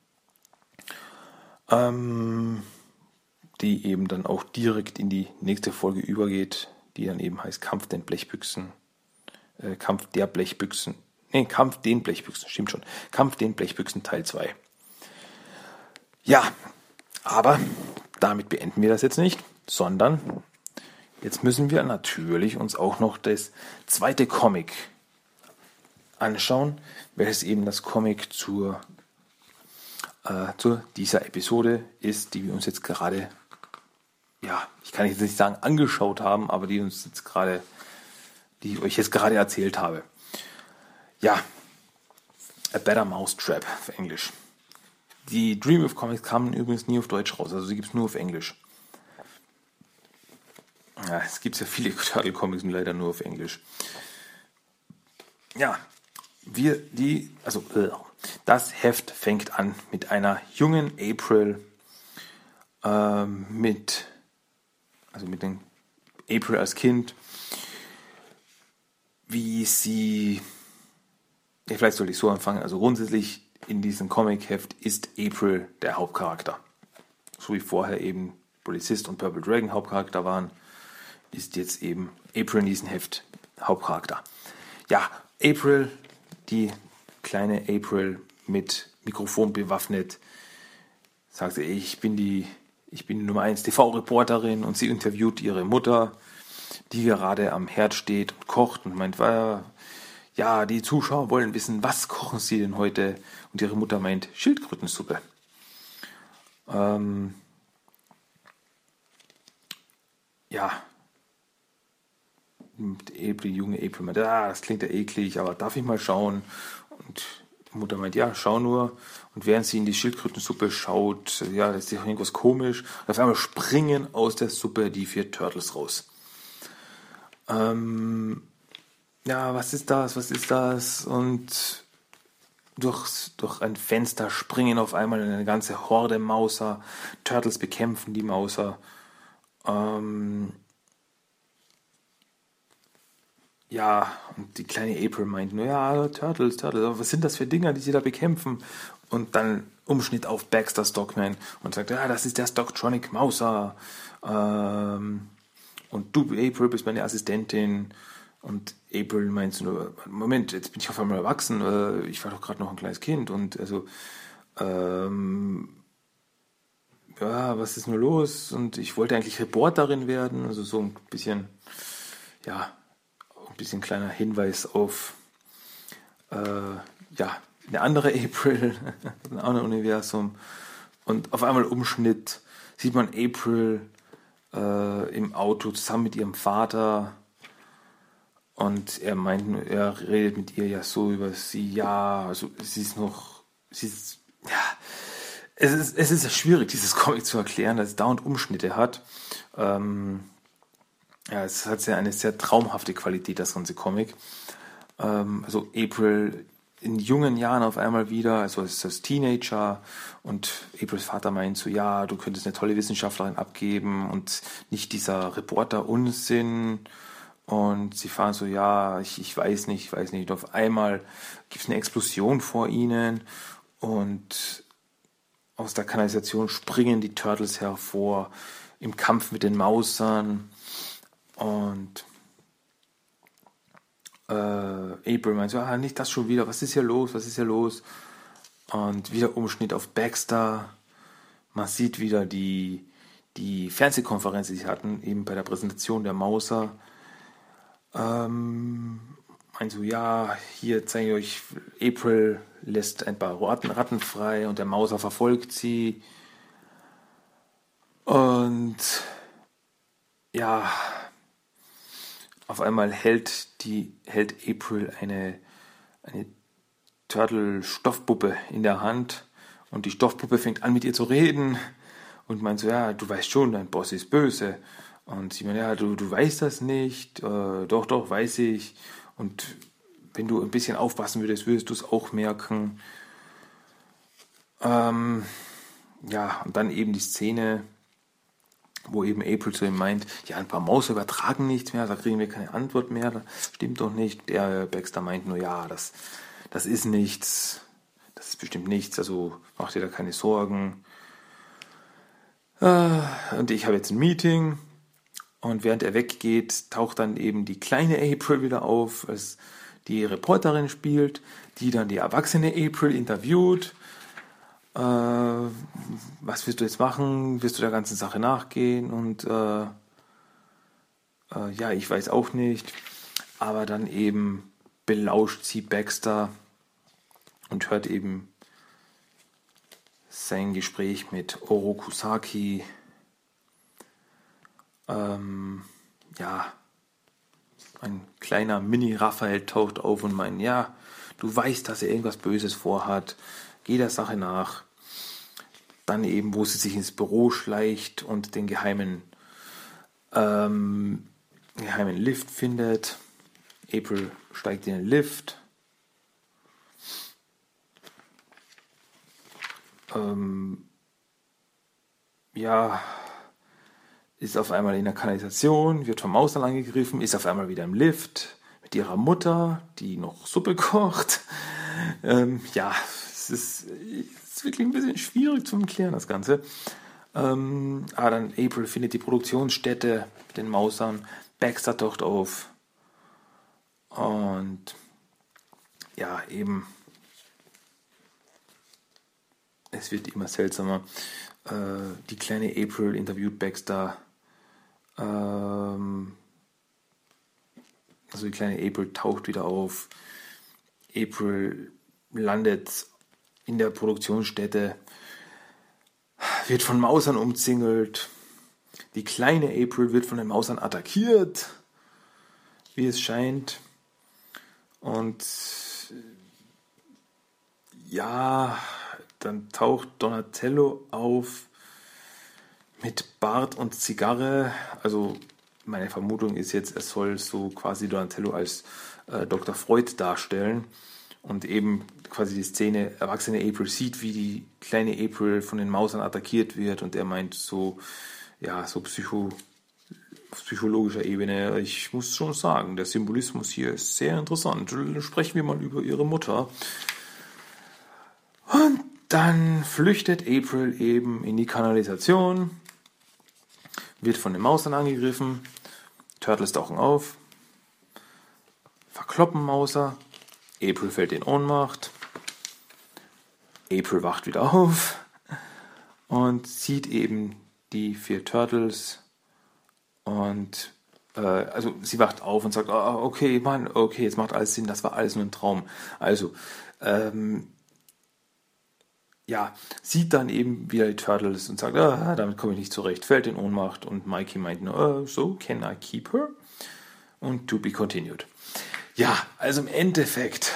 die eben dann auch direkt in die nächste Folge übergeht, die dann eben heißt Kampf den Blechbüchsen, Kampf den Blechbüchsen, stimmt schon, Kampf den Blechbüchsen Teil 2. Ja, aber damit beenden wir das jetzt nicht, sondern jetzt müssen wir natürlich uns auch noch das zweite Comic anschauen, welches eben das Comic zu dieser Episode ist, die wir uns jetzt gerade, ich kann jetzt nicht sagen angeschaut haben, aber die ich euch jetzt gerade erzählt habe. A Better Mousetrap auf Englisch. Die Dreamwave Comics kamen übrigens nie auf Deutsch raus, also sie gibt es nur auf Englisch. Es gibt ja viele Turtle Comics und leider nur auf Englisch. Das Heft fängt an mit einer jungen April, mit dem April als Kind, wie sie, vielleicht sollte ich so anfangen, also grundsätzlich in diesem Comic-Heft ist April der Hauptcharakter. So wie vorher eben Polizist und Purple Dragon Hauptcharakter waren, ist jetzt eben April in diesem Heft Hauptcharakter. April, die kleine April mit Mikrofon bewaffnet, sagte, ich bin die Nummer 1 TV-Reporterin, und sie interviewt ihre Mutter, die gerade am Herd steht und kocht und meint, die Zuschauer wollen wissen, was kochen sie denn heute? Und ihre Mutter meint, Schildkrötensuppe. Die junge April meint, das klingt ja eklig, aber darf ich mal schauen? Und die Mutter meint, schau nur. Und während sie in die Schildkrötensuppe schaut, das ist doch irgendwas komisch. Und auf einmal springen aus der Suppe die 4 Turtles raus. ja, was ist das? Und durch ein Fenster springen auf einmal eine ganze Horde Mauser. Turtles bekämpfen die Mauser. Ja, und die kleine April meint nur, ja, Turtles, aber was sind das für Dinger, die sie da bekämpfen? Und dann Umschnitt auf Baxter Stockman und sagt, ja, das ist der Stocktronic Mauser. Und du, April, bist meine Assistentin. Und April meint so nur, Moment, jetzt bin ich auf einmal erwachsen, ich war doch gerade noch ein kleines Kind. Und also, ja, was ist nur los? Und ich wollte eigentlich Reporterin werden, also so ein bisschen, ja, ein bisschen kleiner Hinweis auf ja, eine andere April, ein anderes Universum. Und auf einmal Umschnitt sieht man April im Auto zusammen mit ihrem Vater. Und er meint, er redet mit ihr ja so über sie, ja, also es ist schwierig, dieses Comic zu erklären, dass es dauernd Umschnitte hat. Ja, es hat ja eine sehr traumhafte Qualität, das ganze Comic. Also April in jungen Jahren auf einmal wieder, also als Teenager, und Aprils Vater meint so, ja, du könntest eine tolle Wissenschaftlerin abgeben und nicht dieser Reporter-Unsinn. Und sie fahren so, ja, ich weiß nicht. Und auf einmal gibt es eine Explosion vor ihnen und aus der Kanalisation springen die Turtles hervor im Kampf mit den Mausern. Und April meint so, nicht das schon wieder, was ist hier los? Und wieder Umschnitt auf Baxter. Man sieht wieder die Fernsehkonferenz, die sie hatten, eben bei der Präsentation der Mauser. Meint so, ja, hier zeige ich euch, April lässt ein paar Ratten frei und der Mauser verfolgt sie. Und ja, auf einmal hält April eine Turtle-Stoffpuppe in der Hand und die Stoffpuppe fängt an mit ihr zu reden und meint so, ja, du weißt schon, dein Boss ist böse. Und sie meint, ja, du weißt das nicht, doch, weiß ich. Und wenn du ein bisschen aufpassen würdest, würdest du es auch merken. Ja, und dann eben die Szene, wo eben April zu ihm meint, ja, ein paar Mauser übertragen nichts mehr, da kriegen wir keine Antwort mehr, das stimmt doch nicht. Der Baxter meint nur, ja, das ist nichts, das ist bestimmt nichts, also mach dir da keine Sorgen. Und ich habe jetzt ein Meeting und während er weggeht, taucht dann eben die kleine April wieder auf, als die Reporterin spielt, die dann die erwachsene April interviewt. Was wirst du jetzt machen? Wirst du der ganzen Sache nachgehen? Und ja, ich weiß auch nicht. Aber dann eben belauscht sie Baxter und hört eben sein Gespräch mit Orokusaki. Ja, ein kleiner Mini-Raphael taucht auf und meint, ja, du weißt, dass er irgendwas Böses vorhat. Geh der Sache nach. Dann eben, wo sie sich ins Büro schleicht und den geheimen Lift findet. April steigt in den Lift. Ja, ist auf einmal in der Kanalisation, wird vom Mausern angegriffen, ist auf einmal wieder im Lift mit ihrer Mutter, die noch Suppe kocht. Ja, es ist wirklich ein bisschen schwierig zu erklären, das Ganze. Aber dann April findet die Produktionsstätte mit den Mausern, Baxter taucht auf und ja, eben es wird immer seltsamer. Die kleine April interviewt Baxter. Also die kleine April taucht wieder auf. April landet in der Produktionsstätte, wird von Mausern umzingelt. Die kleine April wird von den Mausern attackiert, wie es scheint. Und ja, dann taucht Donatello auf mit Bart und Zigarre. Also meine Vermutung ist jetzt, es soll so quasi Donatello als Dr. Freud darstellen und eben quasi die Szene, erwachsene April sieht, wie die kleine April von den Mausern attackiert wird und er meint so, ja, so auf psychologischer Ebene, ich muss schon sagen, der Symbolismus hier ist sehr interessant. Sprechen wir mal über ihre Mutter. Und dann flüchtet April eben in die Kanalisation, wird von den Mausern angegriffen, Turtles tauchen auf, verkloppen Mauser, April fällt in Ohnmacht, April wacht wieder auf und sieht eben die 4 Turtles und also sie wacht auf und sagt, okay, Mann, okay, jetzt macht alles Sinn, das war alles nur ein Traum. Also, ja, sieht dann eben wieder die Turtles und sagt, damit komme ich nicht zurecht, fällt in Ohnmacht und Mikey meint nur, so, can I keep her? Und to be continued. Ja, also im Endeffekt,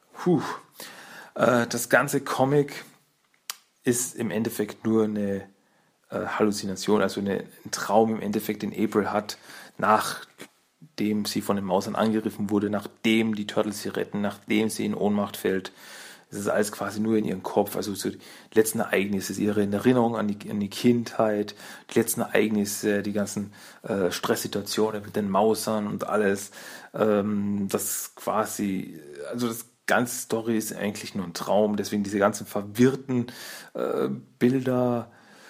das ganze Comic ist im Endeffekt nur eine Halluzination, also ein Traum im Endeffekt, den April hat, nachdem sie von den Mausern angegriffen wurde, nachdem die Turtles sie retten, nachdem sie in Ohnmacht fällt. Das ist alles quasi nur in ihrem Kopf, also so die letzten Ereignisse, ihre Erinnerung an die Kindheit, die letzten Ereignisse, die ganzen Stresssituationen mit den Mausern und alles. Das quasi, also das ganze Story ist eigentlich nur ein Traum, deswegen diese ganzen verwirrten Bilder.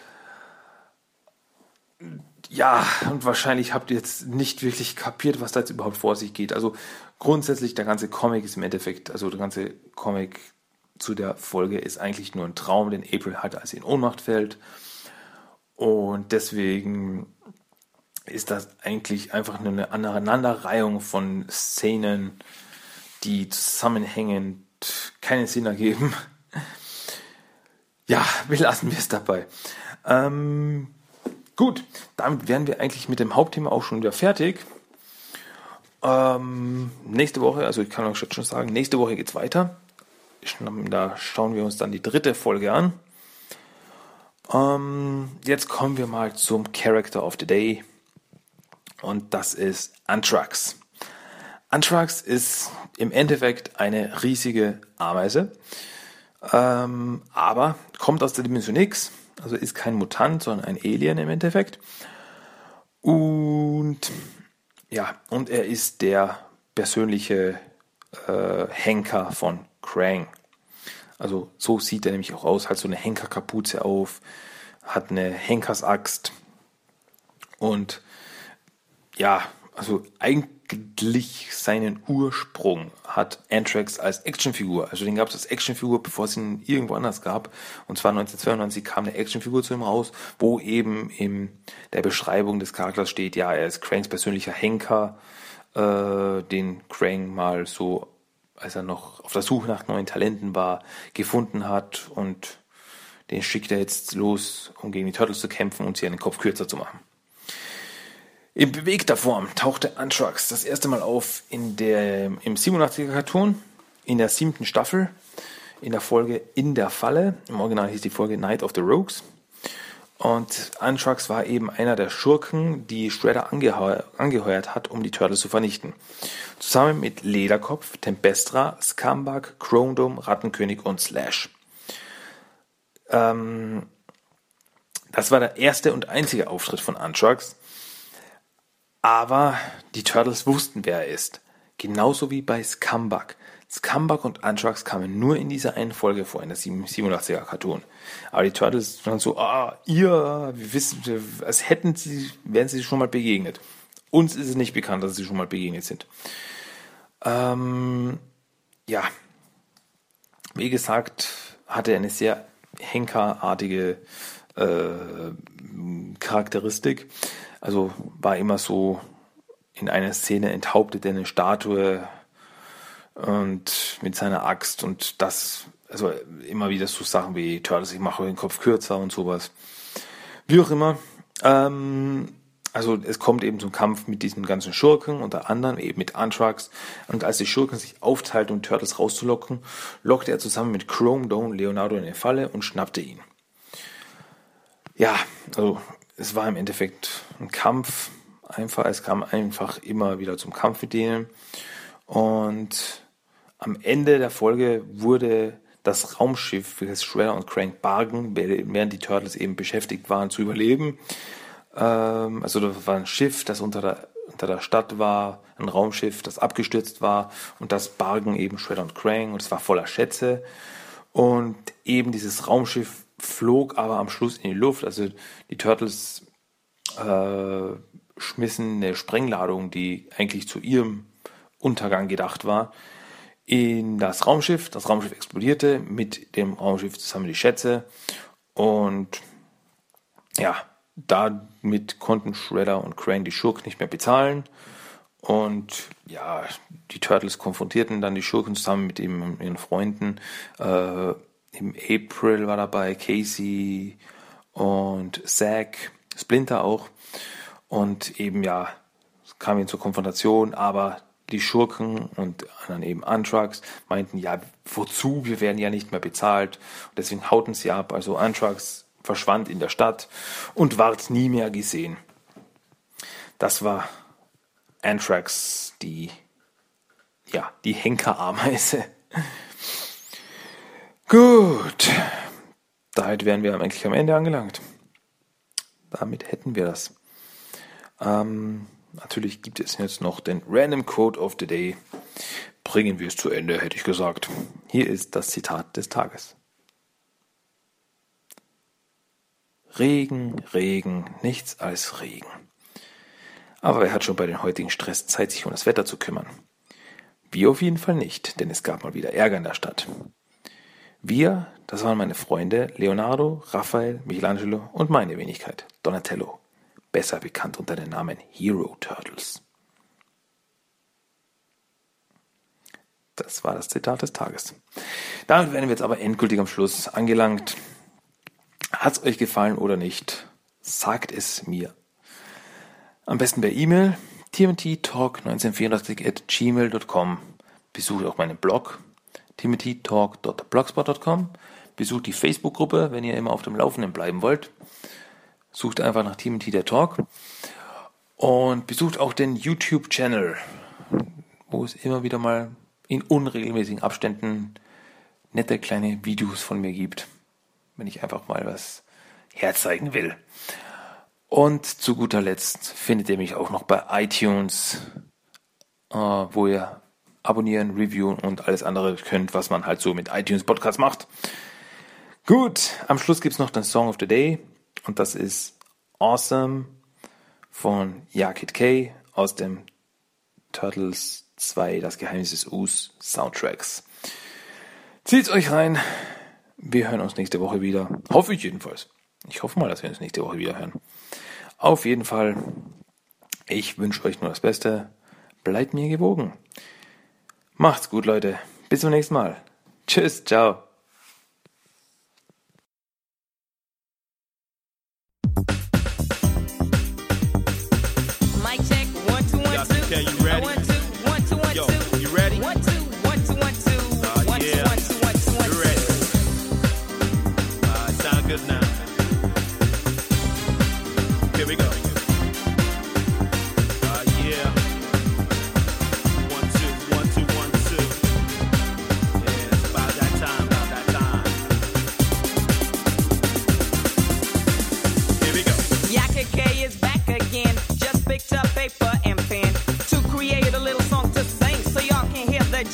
Ja, und wahrscheinlich habt ihr jetzt nicht wirklich kapiert, was da jetzt überhaupt vor sich geht. Also grundsätzlich, der ganze Comic ist im Endeffekt, also der ganze Comic zu der Folge ist eigentlich nur ein Traum, den April hat, als sie in Ohnmacht fällt. Und deswegen ist das eigentlich einfach nur eine Aneinanderreihung von Szenen, die zusammenhängend keinen Sinn ergeben. Ja, belassen wir es dabei. Gut, damit wären wir eigentlich mit dem Hauptthema auch schon wieder fertig. Nächste Woche, also ich kann euch schon sagen, nächste Woche geht's weiter. Da schauen wir uns dann die 3. Folge an. Jetzt kommen wir mal zum Character of the Day. Und das ist Anthrax. Anthrax ist im Endeffekt eine riesige Ameise. Aber kommt aus der Dimension X. Also ist kein Mutant, sondern ein Alien im Endeffekt. Und ja, und er ist der persönliche Henker von Krang. Also so sieht er nämlich auch aus, hat so eine Henkerkapuze auf, hat eine Henkersaxt und ja, also eigentlich seinen Ursprung hat Anthrax als Actionfigur. Also den gab es als Actionfigur, bevor es ihn irgendwo anders gab. Und zwar 1992 kam eine Actionfigur zu ihm raus, wo eben in der Beschreibung des Charakters steht, ja, er ist Krangs persönlicher Henker, den Krang mal so, als er noch auf der Suche nach neuen Talenten war, gefunden hat und den schickt er jetzt los, um gegen die Turtles zu kämpfen und sie einen Kopf kürzer zu machen. In bewegter Form tauchte Anthrax das erste Mal auf im 87er Cartoon, in der 7. Staffel, in der Folge In der Falle. Im Original hieß die Folge Night of the Rogues. Und Anthrax war eben einer der Schurken, die Shredder angeheuert hat, um die Turtles zu vernichten. Zusammen mit Lederkopf, Tempestra, Scumbag, Chrome Dome, Rattenkönig und Slash. Das war der erste und einzige Auftritt von Anthrax. Aber die Turtles wussten, wer er ist. Genauso wie bei Scumbag. Scumbag und Anthrax kamen nur in dieser einen Folge vor, in der 87er Cartoon. Aber die Turtles waren so, wir wissen, als wären sie schon mal begegnet. Uns ist es nicht bekannt, dass sie schon mal begegnet sind. Ja, wie gesagt, hatte er eine sehr henkerartige Charakteristik. Also war immer so in einer Szene enthauptet er eine Statue und mit seiner Axt und das, also immer wieder so Sachen wie Turtles, ich mache den Kopf kürzer und sowas. Wie auch immer. Also es kommt eben zum Kampf mit diesen ganzen Schurken, unter anderem eben mit Anthrax. Und als die Schurken sich aufteilten, um Turtles rauszulocken, lockte er zusammen mit Chrome Dome Leonardo in eine Falle und schnappte ihn. Ja, also es war im Endeffekt ein Kampf, Es kam einfach immer wieder zum Kampf mit denen. Und am Ende der Folge wurde das Raumschiff, welches Shredder und Krang bargen, während die Turtles eben beschäftigt waren zu überleben. Also das war ein Schiff, das unter der Stadt war, ein Raumschiff, das abgestürzt war, und das bargen eben Shredder und Krang, und es war voller Schätze. Und eben dieses Raumschiff flog aber am Schluss in die Luft. Also die Turtles schmissen eine Sprengladung, die eigentlich zu ihrem Untergang gedacht war, in das Raumschiff. Das Raumschiff explodierte, mit dem Raumschiff zusammen die Schätze, und ja, damit konnten Shredder und Krang die Schurken nicht mehr bezahlen, und ja, die Turtles konfrontierten dann die Schurken zusammen mit ihren Freunden. Im April war dabei, Casey und Zack, Splinter auch, und eben ja, es kam eben zur Konfrontation, aber die Schurken und dann eben Anthrax meinten, ja, wozu, wir werden ja nicht mehr bezahlt, und deswegen hauten sie ab. Also Anthrax verschwand in der Stadt und ward nie mehr gesehen. Das war Anthrax, die Henkerameise. Gut, damit wären wir eigentlich am Ende angelangt. Damit hätten wir das. Natürlich gibt es jetzt noch den Random Quote of the Day. Bringen wir es zu Ende, hätte ich gesagt. Hier ist das Zitat des Tages. Regen, Regen, nichts als Regen. Aber wer hat schon bei den heutigen Stress Zeit, sich um das Wetter zu kümmern? Wir auf jeden Fall nicht, denn es gab mal wieder Ärger in der Stadt. Wir, das waren meine Freunde Leonardo, Raphael, Michelangelo und meine Wenigkeit, Donatello, besser bekannt unter dem Namen Hero Turtles. Das war das Zitat des Tages. Damit wären wir jetzt aber endgültig am Schluss angelangt. Hat es euch gefallen oder nicht? Sagt es mir. Am besten per E-Mail timothytalk1984@gmail.com. Besucht auch meinen Blog timothytalk.blogspot.com. Besucht die Facebook-Gruppe, wenn ihr immer auf dem Laufenden bleiben wollt. Sucht einfach nach Timothy der Talk. Und besucht auch den YouTube-Channel, wo es immer wieder mal in unregelmäßigen Abständen nette kleine Videos von mir gibt, wenn ich einfach mal was herzeigen will. Und zu guter Letzt findet ihr mich auch noch bei iTunes, wo ihr abonnieren, reviewen und alles andere könnt, was man halt so mit iTunes Podcast macht. Gut, am Schluss gibt es noch den Song of the Day, und das ist Awesome von Kid K aus dem Turtles 2, das Geheimnis des Us Soundtracks. Zieht's euch rein. Wir hören uns nächste Woche wieder. Hoffe ich jedenfalls. Ich hoffe mal, dass wir uns nächste Woche wieder hören. Auf jeden Fall, ich wünsche euch nur das Beste. Bleibt mir gewogen. Macht's gut, Leute. Bis zum nächsten Mal. Tschüss, ciao. Mic check, 1, 2, 1, 2. Okay, you ready? 1, 2, 1, 2, 1, 2. Yo, you ready? 1, 2, 1, 2, 1, 2. 1, 2, 1, 2, 1, 2, 1, 2. You're ready. Sound good now. Here we go. Yeah. 1, 2, 1, 2, 1, 2. Yeah, it's about that time, about that time. Here we go. Kid K is back again. Just picked up paper and pen to create a little song to sing so y'all can hear the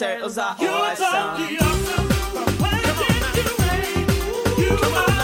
Turtles are awesome. You're the awesome. Where did you rain? You are